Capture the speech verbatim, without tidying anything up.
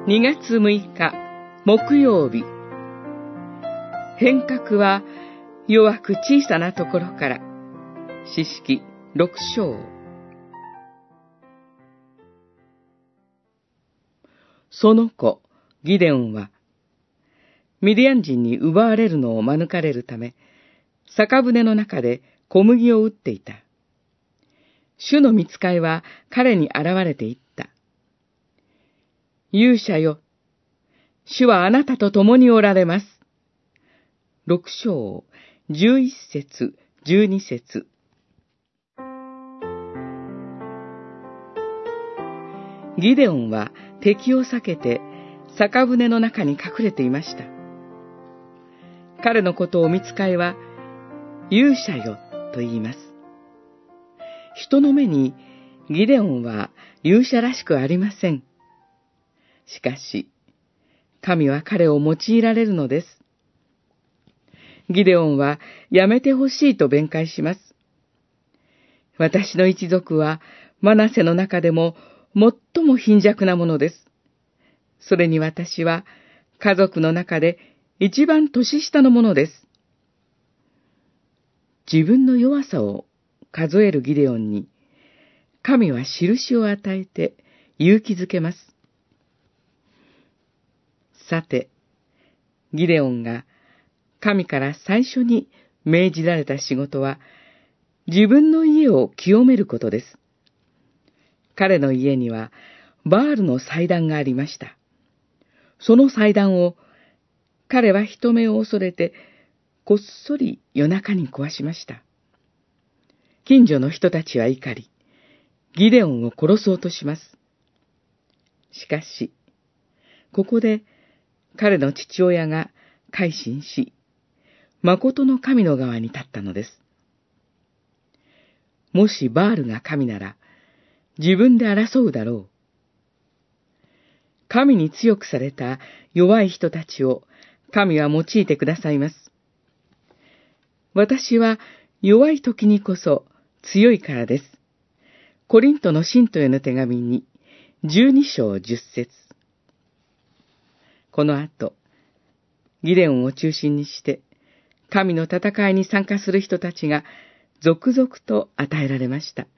にがつむいか木曜日。変革は弱く小さなところから。詩式ろく章。その子ギデオンはミディアン人に奪われるのを免れるため、酒舟の中で小麦を打っていた。主の御使いは彼に現れて言った。勇者よ、主はあなたと共におられます。六章、十一節、十二節。ギデオンは敵を避けて酒舟の中に隠れていました。彼のことを御使いは、勇者よと言います。人の目にギデオンは勇者らしくありません。しかし、神は彼を用いられるのです。ギデオンはやめてほしいと弁解します。私の一族はマナセの中でも最も貧弱なものです。それに私は家族の中で一番年下のものです。自分の弱さを数えるギデオンに、神は印を与えて勇気づけます。さて、ギデオンが神から最初に命じられた仕事は、自分の家を清めることです。彼の家にはバールの祭壇がありました。その祭壇を彼は人目を恐れてこっそり夜中に壊しました。近所の人たちは怒り、ギデオンを殺そうとします。しかし、ここで彼の父親が改心し、誠の神の側に立ったのです。もしバールが神なら、自分で争うだろう。神に強くされた弱い人たちを神は用いてくださいます。私は弱い時にこそ強いからです。コリントの信徒への手紙にじゅうに章じゅっ節。この後、ギデオンを中心にして、神の戦いに参加する人たちが続々と与えられました。